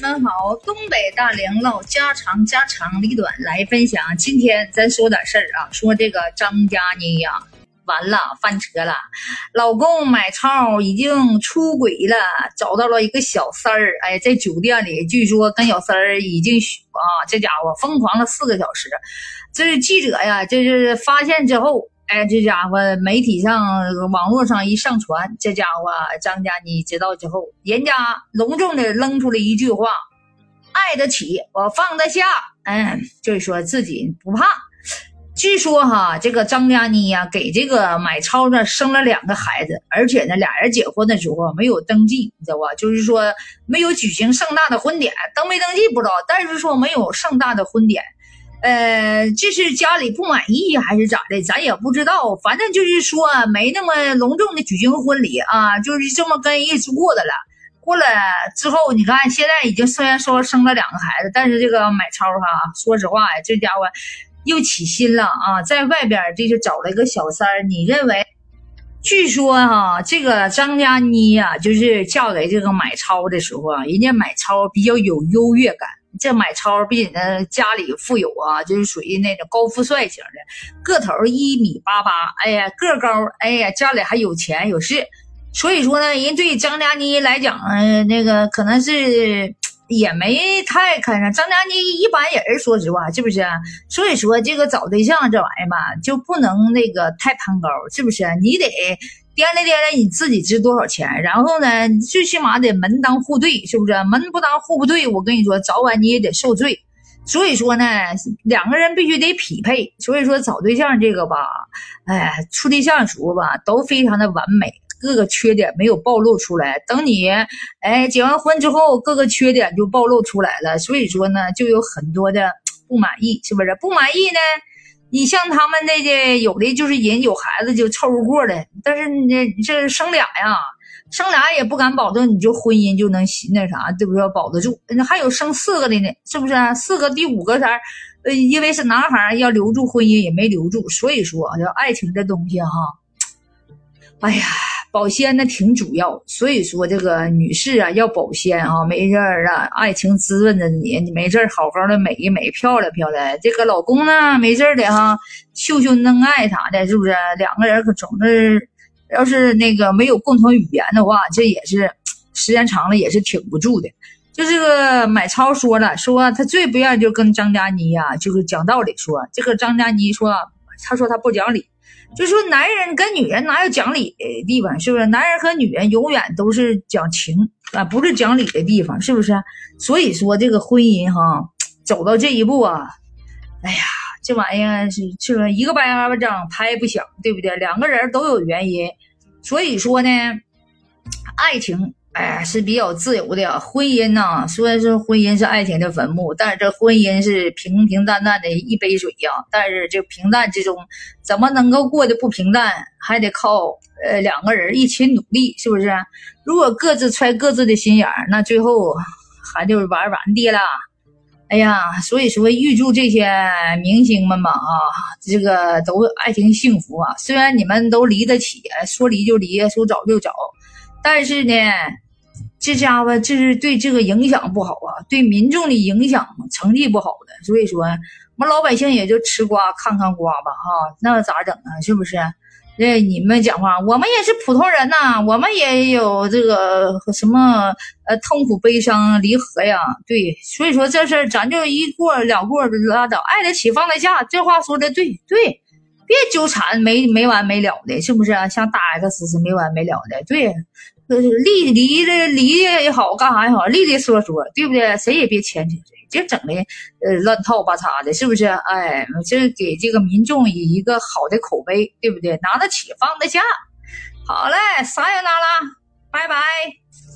们好，东北大梁唠家长里短来分享。今天咱说点事儿啊，说这个张嘉倪呀，完了翻车了，老公买超已经出轨了，找到了一个小三儿，哎，在酒店里据说跟小三儿已经这家伙疯狂了4个小时。这是记者呀，这是发现之后，哎，这家伙媒体上网络上一上传，这家伙张嘉倪知道之后，人家隆重的扔出了一句话：爱得起我放得下。就是说自己不怕。据说这个张嘉倪呀，给这个买超呢生了2个孩子，而且呢俩人结婚的时候没有登记，你知道吧？就是说没有举行盛大的婚典，登没登记不知道，但是说没有盛大的婚典。这是家里不满意还是咋的，咱也不知道。反正就是说没那么隆重的举行婚礼啊，就是这么跟一直过的了。过了之后，你看现在已经虽然说生了2个孩子，但是这个买超说实话呀，这家伙又起心了啊，在外边这就找了一个小三儿。你认为？据说这个张嘉倪呀，就是嫁给这个买超的时候啊，人家买超比较有优越感。这买超毕竟呢家里富有啊，就是属于那种高富帅型的，个头1.88米，哎呀个高，哎呀家里还有钱有势，所以说呢，人对张嘉倪来讲，那个可能是也没太看上。张嘉倪一般人，说实话，是不是？所以说这个找对象这玩意儿吧，就不能那个太攀高，是不是？你得掂量你自己值多少钱，然后呢最起码得门当户对，是不是？门不当户不对，我跟你说早晚你也得受罪。所以说呢2个人必须得匹配。所以说找对象这个吧，处对象时候吧都非常的完美，各个缺点没有暴露出来，等你结完婚之后各个缺点就暴露出来了。所以说呢就有很多的不满意，是不是？不满意呢，你像他们那个有的就是人有孩子就凑合过的，但是你这生俩也不敢保证你就婚姻就能那啥，对不对？保得住。还有生4个的呢，是不是？4个第5个因为是男孩要留住婚姻也没留住。所以说这爱情这东西哎呀保鲜呢挺主要。所以说这个女士要保鲜没事爱情滋润着你没事好好的美一美，漂亮漂亮。这个老公呢没事的秀秀恩爱啥的，是不是？2个人可总是要是那个没有共同语言的话，这也是时间长了也是挺不住的。就这个买超说他最不愿意就跟张嘉倪就是讲道理。说这个张嘉倪他说他不讲理，就说男人跟女人哪有讲理的地方，是不是？男人和女人永远都是讲情不是讲理的地方，是不是？所以说这个婚姻走到这一步哎呀这玩意儿是一个巴掌拍不响，对不对？2个人都有原因。所以说呢爱情是比较自由的。婚姻虽然说婚姻是爱情的坟墓，但是这婚姻是平平淡淡的一杯水但是这平淡之中怎么能够过得不平淡，还得靠2个人一起努力，是不是？如果各自揣各自的心眼儿，那最后还就是玩的了。哎呀，所以说预祝这些明星们吧这个都爱情幸福虽然你们都离得起，说离就离，说找就找，但是呢这家伙这是对这个影响不好对民众的影响成绩不好的。所以说我们老百姓也就吃瓜看看瓜吧那咋整是不是？你们讲话，我们也是普通人我们也有这个什么痛苦悲伤离合对，所以说这事儿咱就一过2过拉倒，爱得起放得下，这话说的对，别纠缠没完没了的，是不是？像大 X 是没完没了的，对，离也好干啥也好，利说，对不对？谁也别牵扯谁，就整的乱套八叉的，是不是？这给这个民众以一个好的口碑，对不对？拿得起放得下。好嘞，撒由那拉，拜拜。